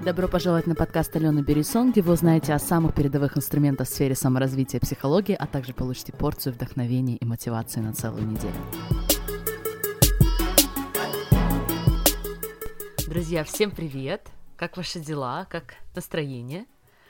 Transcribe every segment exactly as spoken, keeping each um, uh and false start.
Добро пожаловать на подкаст Алены Берисон, где вы узнаете о самых передовых инструментах в сфере саморазвития и психологии, а также получите порцию вдохновения и мотивации на целую неделю. Друзья, всем привет! Как ваши дела? Как настроение?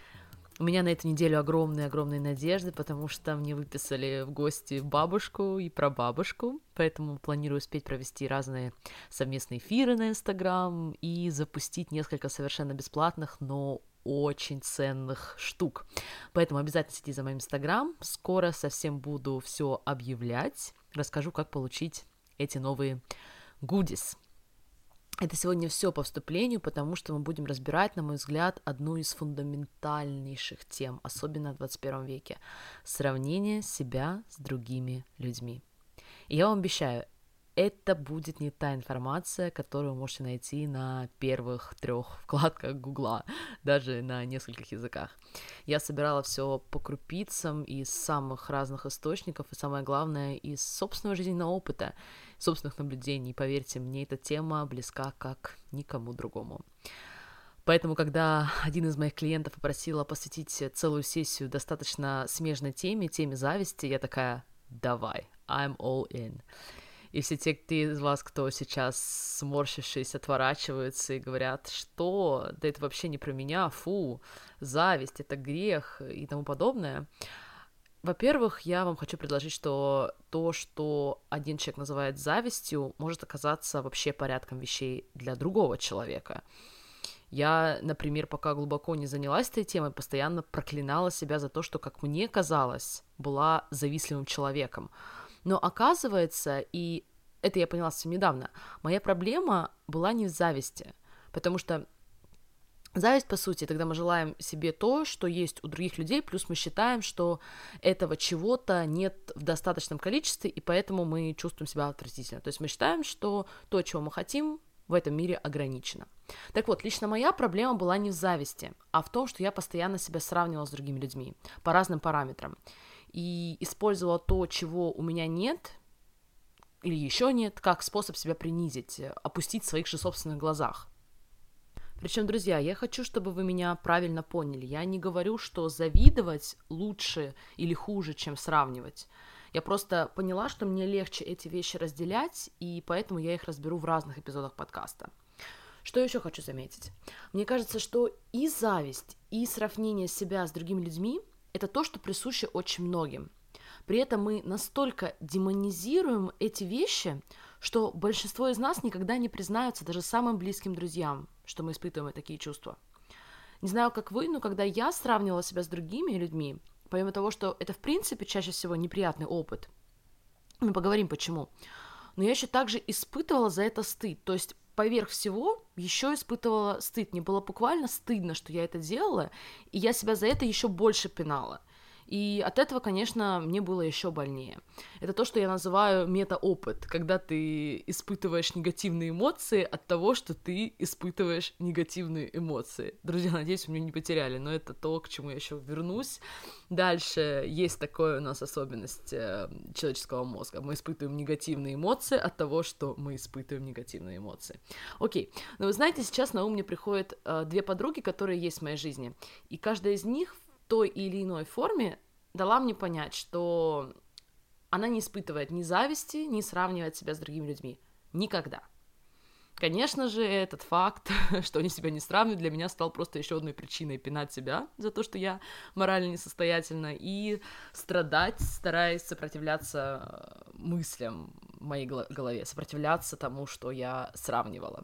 У меня на эту неделю огромные-огромные надежды, потому что мне выписали в гости бабушку и прабабушку, поэтому планирую успеть провести разные совместные эфиры на Инстаграм и запустить несколько совершенно бесплатных, но очень ценных штук. Поэтому обязательно следите за моим Инстаграм, скоро совсем буду все объявлять, расскажу, как получить эти новые goodies. Это сегодня все по вступлению, потому что мы будем разбирать, на мой взгляд, одну из фундаментальнейших тем, особенно в двадцать первом веке – сравнение себя с другими людьми. И я вам обещаю, это будет не та информация, которую вы можете найти на первых трех вкладках Гугла, даже на нескольких языках. Я собирала все по крупицам из самых разных источников, и самое главное, из собственного жизненного опыта, собственных наблюдений. Поверьте, мне эта тема близка как никому другому. Поэтому, когда один из моих клиентов попросила посвятить целую сессию достаточно смежной теме, теме зависти, я такая: давай, I'm all in. И все те из вас, кто сейчас, сморщившись, отворачиваются и говорят, что, да это вообще не про меня, фу, зависть, это грех и тому подобное. Во-первых, я вам хочу предложить, что то, что один человек называет завистью, может оказаться вообще порядком вещей для другого человека. Я, например, пока глубоко не занялась этой темой, постоянно проклинала себя за то, что, как мне казалось, была завистливым человеком. Но оказывается, и это я поняла совсем недавно, моя проблема была не в зависти, потому что зависть, по сути, тогда мы желаем себе то, что есть у других людей, плюс мы считаем, что этого чего-то нет в достаточном количестве, и поэтому мы чувствуем себя отвратительно. То есть мы считаем, что то, чего мы хотим, в этом мире ограничено. Так вот, лично моя проблема была не в зависти, а в том, что я постоянно себя сравнивала с другими людьми по разным параметрам. И использовала то, чего у меня нет, или еще нет, как способ себя принизить, опустить в своих же собственных глазах. Причем, друзья, я хочу, чтобы вы меня правильно поняли. Я не говорю, что завидовать лучше или хуже, чем сравнивать. Я просто поняла, что мне легче эти вещи разделять, и поэтому я их разберу в разных эпизодах подкаста. Что еще хочу заметить? Мне кажется, что и зависть, и сравнение себя с другими людьми — это то, что присуще очень многим. При этом мы настолько демонизируем эти вещи, что большинство из нас никогда не признаются даже самым близким друзьям, что мы испытываем такие чувства. Не знаю, как вы, но когда я сравнивала себя с другими людьми, помимо того, что это в принципе чаще всего неприятный опыт, мы поговорим почему, но я еще также испытывала за это стыд, то есть поверх всего еще испытывала стыд. Мне было буквально стыдно, что я это делала, и я себя за это еще больше пинала. И от этого, конечно, мне было еще больнее. Это то, что я называю мета-опыт, когда ты испытываешь негативные эмоции от того, что ты испытываешь негативные эмоции. Друзья, надеюсь, вы меня не потеряли, но это то, к чему я еще вернусь. Дальше есть такая у нас особенность человеческого мозга. Мы испытываем негативные эмоции от того, что мы испытываем негативные эмоции. Окей, но вы знаете, сейчас на ум мне приходят э, две подруги, которые есть в моей жизни, и каждая из них той или иной форме дала мне понять, что она не испытывает ни зависти, ни сравнивает себя с другими людьми. Никогда. Конечно же, этот факт, что они себя не сравнивают, для меня стал просто еще одной причиной пинать себя за то, что я морально несостоятельна, и страдать, стараясь сопротивляться мыслям в моей голове, сопротивляться тому, что я сравнивала.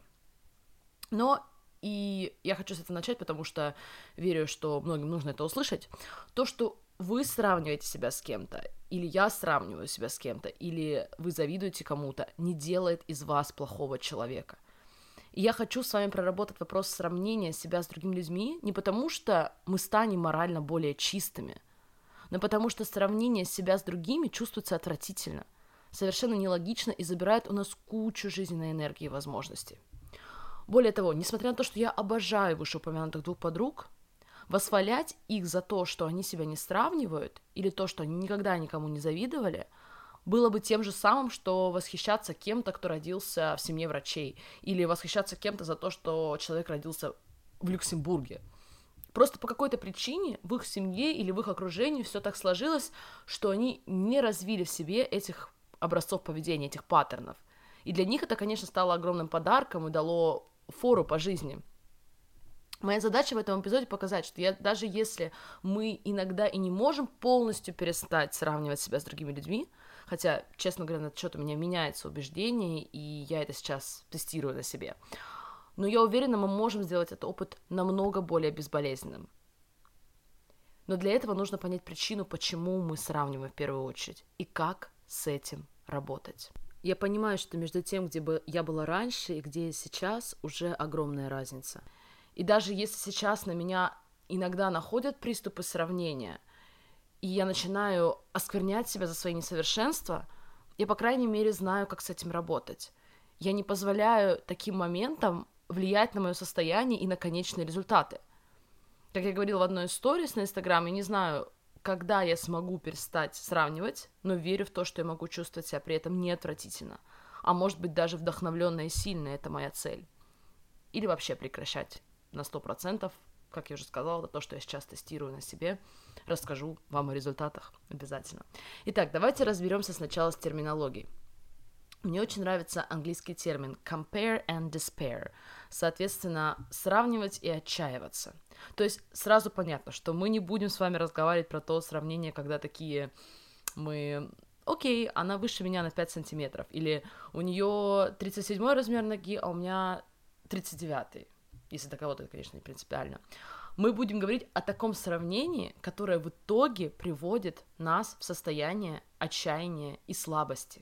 Но и я хочу с этого начать, потому что верю, что многим нужно это услышать. То, что вы сравниваете себя с кем-то, или я сравниваю себя с кем-то, или вы завидуете кому-то, не делает из вас плохого человека. И я хочу с вами проработать вопрос сравнения себя с другими людьми не потому, что мы станем морально более чистыми, но потому что сравнение себя с другими чувствуется отвратительно, совершенно нелогично и забирает у нас кучу жизненной энергии и возможностей. Более того, несмотря на то, что я обожаю вышеупомянутых двух подруг, восхвалять их за то, что они себя не сравнивают, или то, что они никогда никому не завидовали, было бы тем же самым, что восхищаться кем-то, кто родился в семье врачей, или восхищаться кем-то за то, что человек родился в Люксембурге. Просто по какой-то причине в их семье или в их окружении все так сложилось, что они не развили в себе этих образцов поведения, этих паттернов. И для них это, конечно, стало огромным подарком и дало фору по жизни. Моя задача в этом эпизоде показать, что я, даже если мы иногда и не можем полностью перестать сравнивать себя с другими людьми, хотя, честно говоря, на этот счет у меня меняется убеждение, и я это сейчас тестирую на себе, но я уверена, мы можем сделать этот опыт намного более безболезненным. Но для этого нужно понять причину, почему мы сравниваем в первую очередь, и как с этим работать. Я понимаю, что между тем, где бы я была раньше и где я сейчас, уже огромная разница. И даже если сейчас на меня иногда находят приступы сравнения, и я начинаю осквернять себя за свои несовершенства, я, по крайней мере, знаю, как с этим работать. Я не позволяю таким моментам влиять на мое состояние и на конечные результаты. Как я говорила в одной из сторис на Инстаграм, я не знаю, когда я смогу перестать сравнивать, но верю в то, что я могу чувствовать себя при этом не отвратительно, а может быть даже вдохновленно и сильно, это моя цель. Или вообще прекращать на сто процентов, как я уже сказала, это то, что я сейчас тестирую на себе, расскажу вам о результатах обязательно. Итак, давайте разберемся сначала с терминологией. Мне очень нравится английский термин compare and despair, соответственно, сравнивать и отчаиваться. То есть сразу понятно, что мы не будем с вами разговаривать про то сравнение, когда такие мы... Окей, она выше меня на пять сантиметров, или у нее тридцать седьмой размер ноги, а у меня тридцать девятый, если для кого-то это, конечно, не принципиально. Мы будем говорить о таком сравнении, которое в итоге приводит нас в состояние отчаяния и слабости.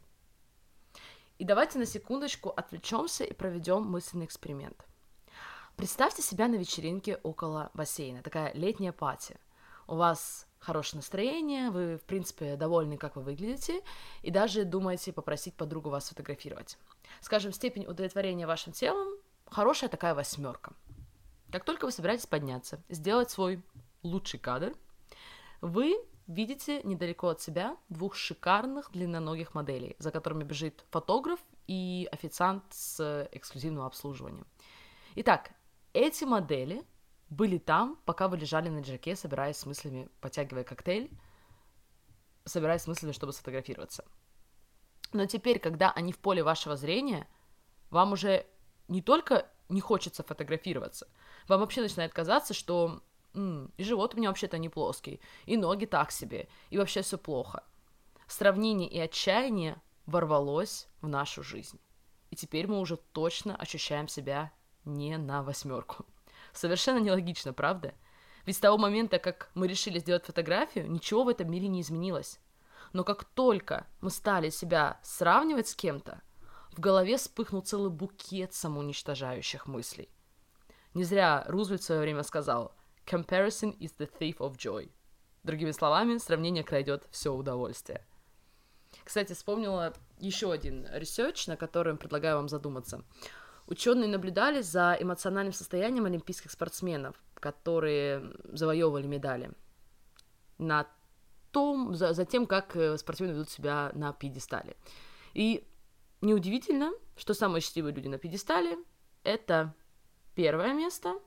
И давайте на секундочку отвлечемся и проведем мысленный эксперимент. Представьте себя на вечеринке около бассейна, такая летняя пати. У вас хорошее настроение, вы, в принципе, довольны, как вы выглядите, и даже думаете попросить подругу вас сфотографировать. Скажем, степень удовлетворения вашим телом хорошая такая восьмерка. Как только вы собираетесь подняться, сделать свой лучший кадр, вы видите недалеко от себя двух шикарных длинноногих моделей, за которыми бежит фотограф и официант с эксклюзивным обслуживанием. Итак, эти модели были там, пока вы лежали на лежаке, собираясь с мыслями, потягивая коктейль, собираясь с мыслями, чтобы сфотографироваться. Но теперь, когда они в поле вашего зрения, вам уже не только не хочется фотографироваться, вам вообще начинает казаться, что м-м, и живот у меня вообще-то не плоский, и ноги так себе, и вообще все плохо. Сравнение и отчаяние ворвалось в нашу жизнь. И теперь мы уже точно ощущаем себя не на восьмерку. Совершенно нелогично, правда? Ведь с того момента, как мы решили сделать фотографию, ничего в этом мире не изменилось. Но как только мы стали себя сравнивать с кем-то, в голове вспыхнул целый букет самоуничтожающих мыслей. Не зря Рузвельт в свое время сказал «Comparison is the thief of joy». Другими словами, сравнение крадет все удовольствие. Кстати, вспомнила еще один ресерч, на котором предлагаю вам задуматься. Ученые наблюдали за эмоциональным состоянием олимпийских спортсменов, которые завоевывали медали, на том, за, за тем, как спортсмены ведут себя на пьедестале. И неудивительно, что самые счастливые люди на пьедестале — это первое место,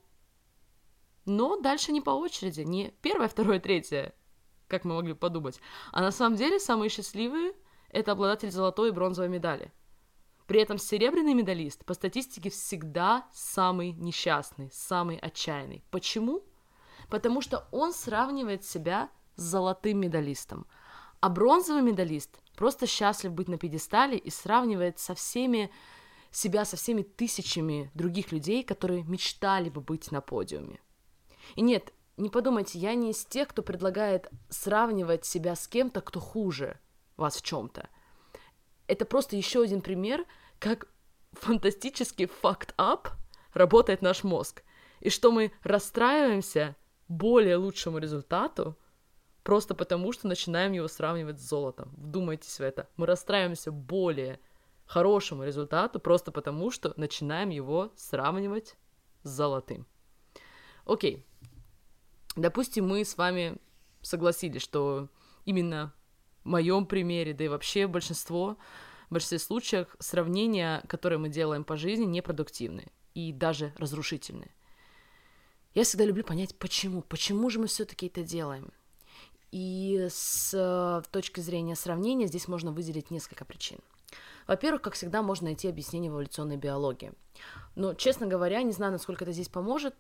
но дальше не по очереди, не первое, второе, третье, как мы могли подумать, а на самом деле самые счастливые — это обладатель золотой и бронзовой медали. При этом серебряный медалист по статистике всегда самый несчастный, самый отчаянный. Почему? Потому что он сравнивает себя с золотым медалистом, а бронзовый медалист просто счастлив быть на пьедестале и сравнивает со всеми себя со всеми тысячами других людей, которые мечтали бы быть на подиуме. И нет, не подумайте, я не из тех, кто предлагает сравнивать себя с кем-то, кто хуже вас в чем-то. Это просто еще один пример, как фантастически fucked up работает наш мозг. И что мы расстраиваемся более лучшему результату, просто потому что начинаем его сравнивать с золотом. Вдумайтесь в это. Мы расстраиваемся более хорошему результату, просто потому что начинаем его сравнивать с золотым. Окей. Допустим, мы с вами согласились, что именно в моем примере, да и вообще большинство, в большинстве случаев сравнения, которые мы делаем по жизни, непродуктивны и даже разрушительны. Я всегда люблю понять, почему. Почему же мы все-таки это делаем? И с э, точки зрения сравнения здесь можно выделить несколько причин. Во-первых, как всегда, можно найти объяснение в эволюционной биологии. Но, честно говоря, не знаю, насколько это здесь поможет.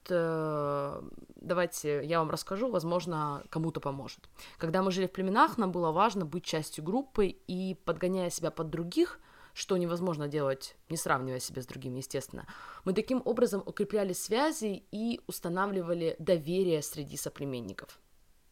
Давайте я вам расскажу, возможно, кому-то поможет. Когда мы жили в племенах, нам было важно быть частью группы, и, подгоняя себя под других, что невозможно делать, не сравнивая себя с другими, естественно, мы таким образом укрепляли связи и устанавливали доверие среди соплеменников.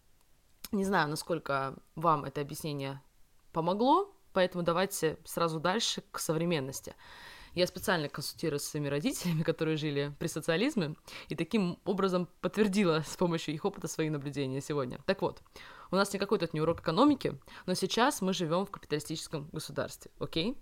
Не знаю, насколько вам это объяснение помогло, поэтому давайте сразу дальше к современности. Я специально консультировалась с своими родителями, которые жили при социализме, и таким образом подтвердила с помощью их опыта свои наблюдения сегодня. Так вот, у нас никакой тут не урок экономики, но сейчас мы живем в капиталистическом государстве, окей?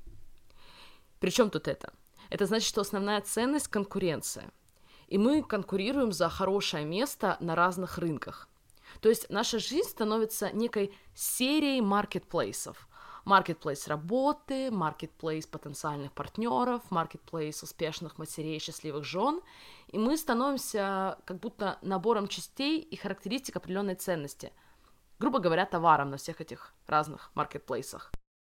Причем тут это? Это значит, что основная ценность — конкуренция. И мы конкурируем за хорошее место на разных рынках. То есть наша жизнь становится некой серией маркетплейсов. Маркетплейс работы, маркетплейс потенциальных партнеров, маркетплейс успешных матерей, счастливых жен. И мы становимся как будто набором частей и характеристик определенной ценности. Грубо говоря, товаром на всех этих разных маркетплейсах.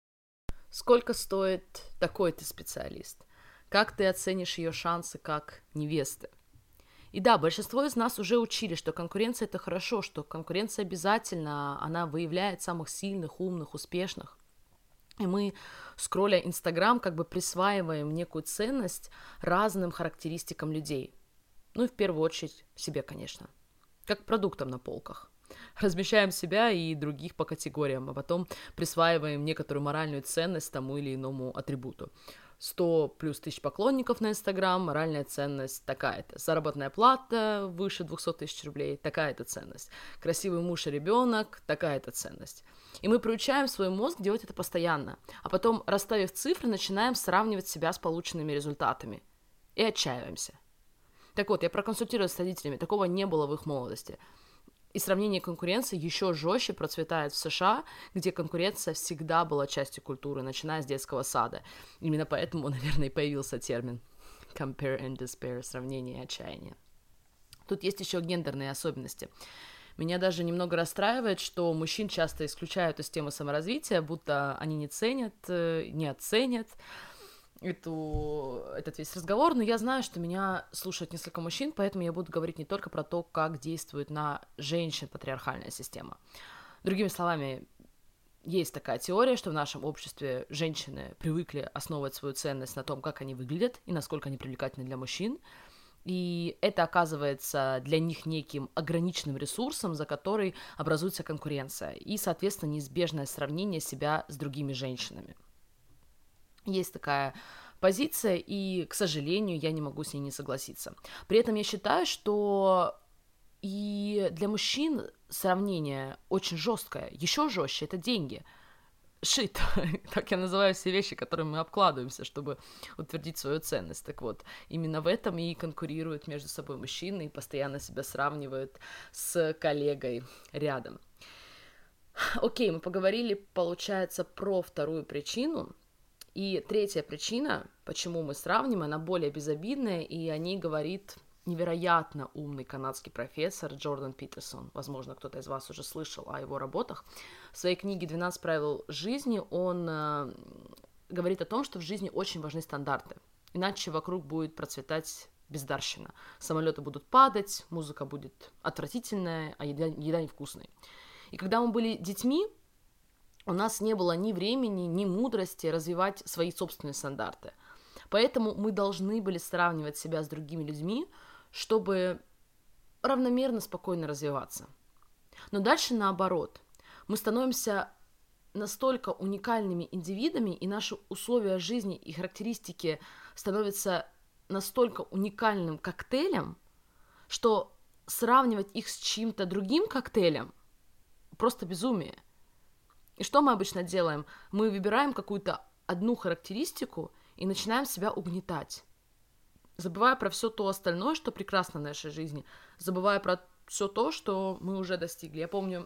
Сколько стоит такой-то специалист? Как ты оценишь ее шансы как невесты? И да, большинство из нас уже учили, что конкуренция — это хорошо, что конкуренция обязательно, она выявляет самых сильных, умных, успешных. И мы, скролля Инстаграм, как бы присваиваем некую ценность разным характеристикам людей. Ну и в первую очередь себе, конечно. Как продуктам на полках. Размещаем себя и других по категориям, а потом присваиваем некоторую моральную ценность тому или иному атрибуту. сто плюс тысяч поклонников на Инстаграм, моральная ценность такая-то. Заработная плата выше двести тысяч рублей, такая-то ценность. Красивый муж и ребенок, такая-то ценность. И мы приучаем свой мозг делать это постоянно, а потом, расставив цифры, начинаем сравнивать себя с полученными результатами. И отчаиваемся. Так вот, я проконсультировалась с родителями, такого не было в их молодости. И сравнение конкуренции еще жестче процветает в США, где конкуренция всегда была частью культуры, начиная с детского сада. Именно поэтому, наверное, и появился термин compare and despair, сравнение и отчаяние. Тут есть еще гендерные особенности. Меня даже немного расстраивает, что мужчин часто исключают из темы саморазвития, будто они не ценят, не оценят эту, этот весь разговор, но я знаю, что меня слушают несколько мужчин, поэтому я буду говорить не только про то, как действует на женщин патриархальная система. Другими словами, есть такая теория, что в нашем обществе женщины привыкли основывать свою ценность на том, как они выглядят и насколько они привлекательны для мужчин, и это оказывается для них неким ограниченным ресурсом, за который образуется конкуренция и, соответственно, неизбежное сравнение себя с другими женщинами. Есть такая позиция, и, к сожалению, я не могу с ней не согласиться. При этом я считаю, что и для мужчин сравнение очень жесткое, еще жестче — это деньги. Shit, так я называю все вещи, которыми мы обкладываемся, чтобы утвердить свою ценность. Так вот, именно в этом и конкурируют между собой мужчины и постоянно себя сравнивают с коллегой рядом. Окей, мы поговорили, получается, про вторую причину. И третья причина, почему мы сравниваем, она более безобидная, и о ней говорит невероятно умный канадский профессор Джордан Питерсон. Возможно, кто-то из вас уже слышал о его работах. В своей книге «двенадцать правил жизни» он э, говорит о том, что в жизни очень важны стандарты, иначе вокруг будет процветать бездарщина. Самолеты будут падать, музыка будет отвратительная, а еда, еда невкусной. И когда мы были детьми, у нас не было ни времени, ни мудрости развивать свои собственные стандарты. Поэтому мы должны были сравнивать себя с другими людьми, чтобы равномерно, спокойно развиваться. Но дальше наоборот. Мы становимся настолько уникальными индивидами, и наши условия жизни и характеристики становятся настолько уникальным коктейлем, что сравнивать их с чьим-то другим коктейлем просто безумие. И что мы обычно делаем? Мы выбираем какую-то одну характеристику и начинаем себя угнетать, забывая про все то остальное, что прекрасно в нашей жизни, забывая про все то, что мы уже достигли. Я помню,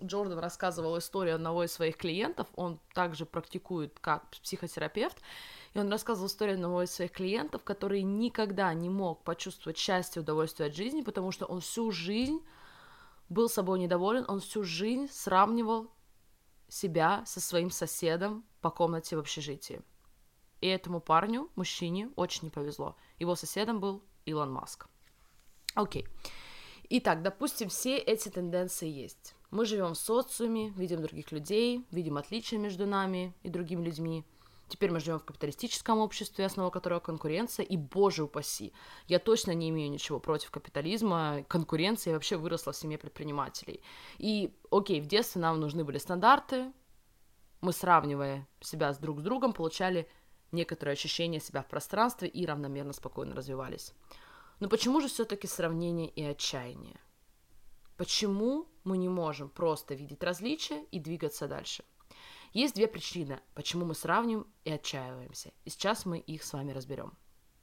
Джордан рассказывал историю одного из своих клиентов, он также практикует как психотерапевт, и он рассказывал историю одного из своих клиентов, который никогда не мог почувствовать счастье и удовольствие от жизни, потому что он всю жизнь был собой недоволен, он всю жизнь сравнивал себя со своим соседом по комнате в общежитии. И этому парню, мужчине, очень не повезло. Его соседом был Илон Маск. Окей. Итак, допустим, все эти тенденции есть. Мы живем в социуме, видим других людей, видим отличия между нами и другими людьми. Теперь мы живем в капиталистическом обществе, основа которого конкуренция, и, боже упаси, я точно не имею ничего против капитализма, конкуренции, я вообще выросла в семье предпринимателей. И, окей, в детстве нам нужны были стандарты, мы, сравнивая себя с друг с другом, получали некоторое ощущение себя в пространстве и равномерно спокойно развивались. Но почему же все-таки сравнение и отчаяние? Почему мы не можем просто видеть различия и двигаться дальше? Есть две причины, почему мы сравниваем и отчаиваемся, и сейчас мы их с вами разберем.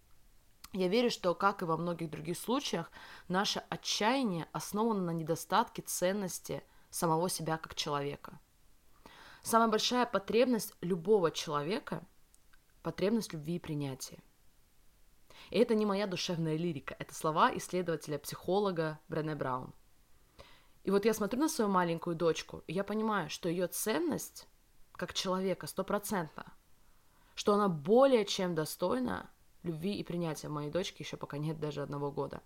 Я верю, что, как и во многих других случаях, наше отчаяние основано на недостатке ценности самого себя как человека. Самая большая потребность любого человека – потребность любви и принятия. И это не моя душевная лирика, это слова исследователя-психолога Брене Браун. И вот я смотрю на свою маленькую дочку, и я понимаю, что ее ценность как человека стопроцентна, что она более чем достойна любви и принятия. Моей дочки еще пока нет даже одного года.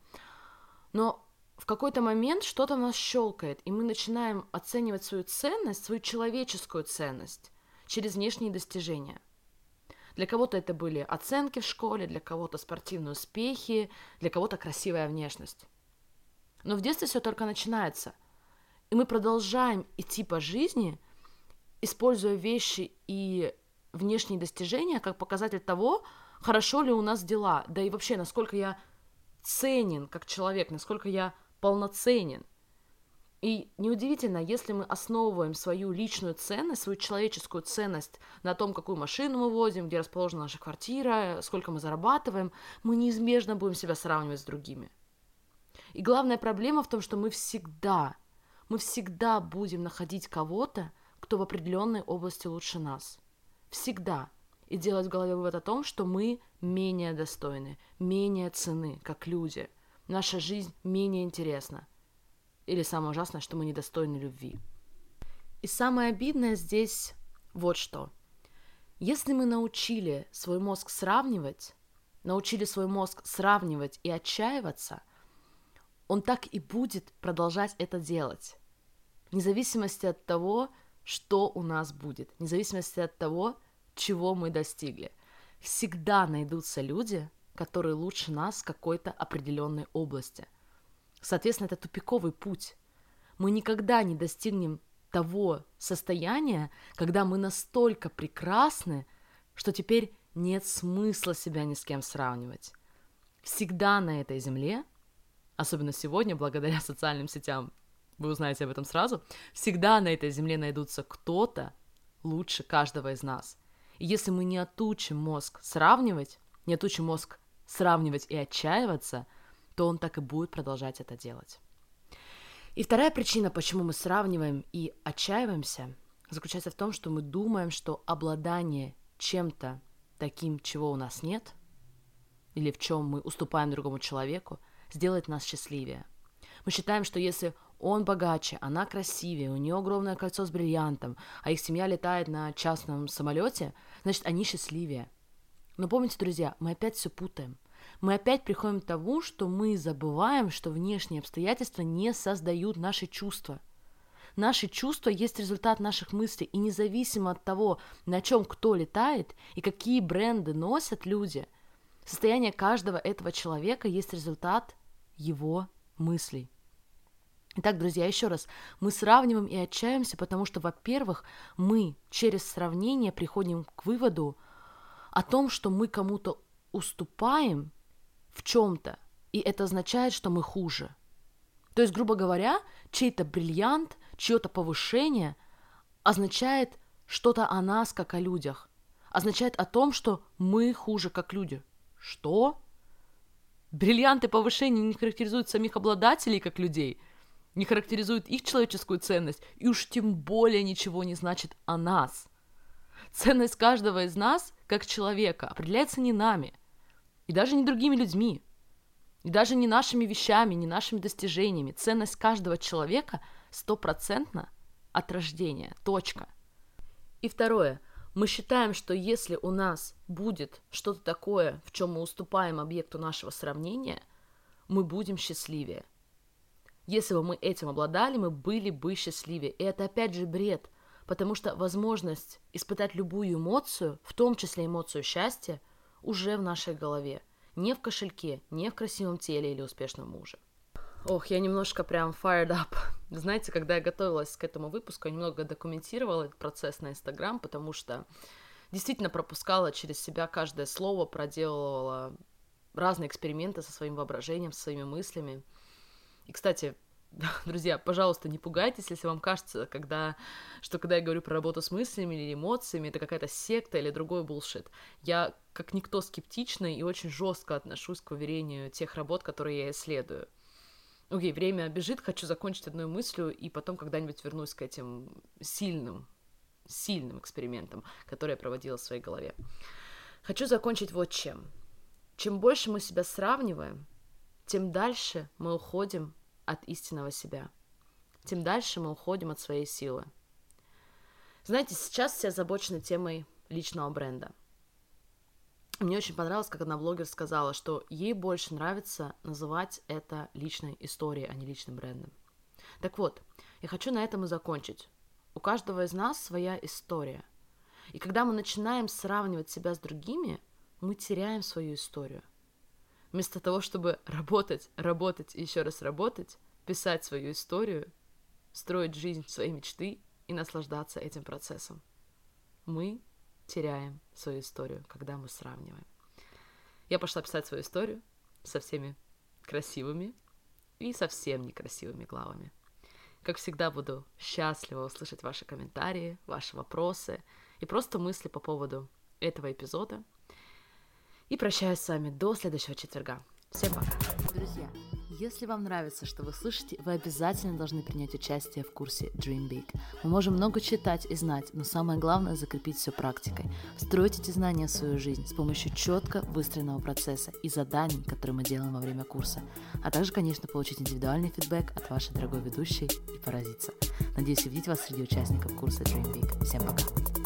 Но в какой-то момент что-то в нас щелкает, и мы начинаем оценивать свою ценность, свою человеческую ценность через внешние достижения. Для кого-то это были оценки в школе, для кого-то спортивные успехи, для кого-то красивая внешность. Но в детстве все только начинается. И мы продолжаем идти по жизни, используя вещи и внешние достижения как показатель того, хорошо ли у нас дела, да и вообще, насколько я ценен как человек, насколько я полноценен. И неудивительно, если мы основываем свою личную ценность, свою человеческую ценность на том, какую машину мы возим, где расположена наша квартира, сколько мы зарабатываем, мы неизбежно будем себя сравнивать с другими. И главная проблема в том, что мы всегда, мы всегда будем находить кого-то, кто в определенной области лучше нас. Всегда. И делать в голове вывод о том, что мы менее достойны, менее ценны, как люди. Наша жизнь менее интересна. Или самое ужасное, что мы недостойны любви. И самое обидное здесь вот что. Если мы научили свой мозг сравнивать, научили свой мозг сравнивать и отчаиваться, он так и будет продолжать это делать. Вне зависимости от того, что у нас будет, вне зависимости от того, чего мы достигли. Всегда найдутся люди, которые лучше нас в какой-то определенной области. Соответственно, это тупиковый путь. Мы никогда не достигнем того состояния, когда мы настолько прекрасны, что теперь нет смысла себя ни с кем сравнивать. Всегда на этой земле, особенно сегодня, благодаря социальным сетям, вы узнаете об этом сразу, всегда на этой земле найдутся кто-то лучше каждого из нас. И если мы не отучим мозг сравнивать, не отучим мозг сравнивать и отчаиваться, то он так и будет продолжать это делать. И вторая причина, почему мы сравниваем и отчаиваемся, заключается в том, что мы думаем, что обладание чем-то таким, чего у нас нет, или в чем мы уступаем другому человеку, сделает нас счастливее. Мы считаем, что если он богаче, она красивее, у нее огромное кольцо с бриллиантом, а их семья летает на частном самолете, значит, они счастливее. Но помните, друзья, мы опять все путаем. Мы опять приходим к тому, что мы забываем, что внешние обстоятельства не создают наши чувства. Наши чувства есть результат наших мыслей, и независимо от того, на чем кто летает и какие бренды носят люди, состояние каждого этого человека есть результат его мыслей. Итак, друзья, еще раз, мы сравниваем и отчаиваемся, потому что, во-первых, мы через сравнение приходим к выводу о том, что мы кому-то уступаем в чем-то, и это означает, что мы хуже. То есть, грубо говоря, чей-то бриллиант, чье-то повышение означает что-то о нас, как о людях. Означает о том, что мы хуже, как люди. Что? Бриллианты повышения не характеризуют самих обладателей, как людей? не характеризует их человеческую ценность, и уж тем более ничего не значит о нас. Ценность каждого из нас, как человека, определяется не нами, и даже не другими людьми, и даже не нашими вещами, не нашими достижениями. Ценность каждого человека стопроцентно от рождения. Точка. И второе. Мы считаем, что если у нас будет что-то такое, в чем мы уступаем объекту нашего сравнения, мы будем счастливее. Если бы мы этим обладали, мы были бы счастливее. И это опять же бред, потому что возможность испытать любую эмоцию, в том числе эмоцию счастья, уже в нашей голове. Не в кошельке, не в красивом теле или успешном муже. Ох, я немножко прям fired up. Знаете, когда я готовилась к этому выпуску, я немного документировала этот процесс на Инстаграм, потому что действительно пропускала через себя каждое слово, проделывала разные эксперименты со своим воображением, со своими мыслями. И, кстати, друзья, пожалуйста, не пугайтесь, если вам кажется, когда, что когда я говорю про работу с мыслями или эмоциями, это какая-то секта или другой булшит. Я, как никто, скептична и очень жестко отношусь к уверению тех работ, которые я исследую. Окей, okay, время бежит, хочу закончить одной мыслью, и потом когда-нибудь вернусь к этим сильным, сильным экспериментам, которые я проводила в своей голове. Хочу закончить вот чем. Чем больше мы себя сравниваем, тем дальше мы уходим от истинного себя. Тем дальше мы уходим от своей силы. Знаете, сейчас все озабочены темой личного бренда. Мне очень понравилось, как одна блогер сказала, что ей больше нравится называть это личной историей, а не личным брендом. Так вот, я хочу на этом и закончить. У каждого из нас своя история. И когда мы начинаем сравнивать себя с другими, мы теряем свою историю. Вместо того, чтобы работать, работать и еще раз работать, писать свою историю, строить жизнь своей мечты и наслаждаться этим процессом. Мы теряем свою историю, когда мы сравниваем. Я пошла писать свою историю со всеми красивыми и совсем некрасивыми главами. Как всегда, буду счастлива услышать ваши комментарии, ваши вопросы и просто мысли по поводу этого эпизода. И прощаюсь с вами до следующего четверга. Всем пока. Друзья, если вам нравится, что вы слышите, вы обязательно должны принять участие в курсе Dream Big. Мы можем много читать и знать, но самое главное — закрепить все практикой. Строить эти знания в свою жизнь с помощью четко выстроенного процесса и заданий, которые мы делаем во время курса. А также, конечно, получить индивидуальный фидбэк от вашей дорогой ведущей и поразиться. Надеюсь увидеть вас среди участников курса Dream Big. Всем пока.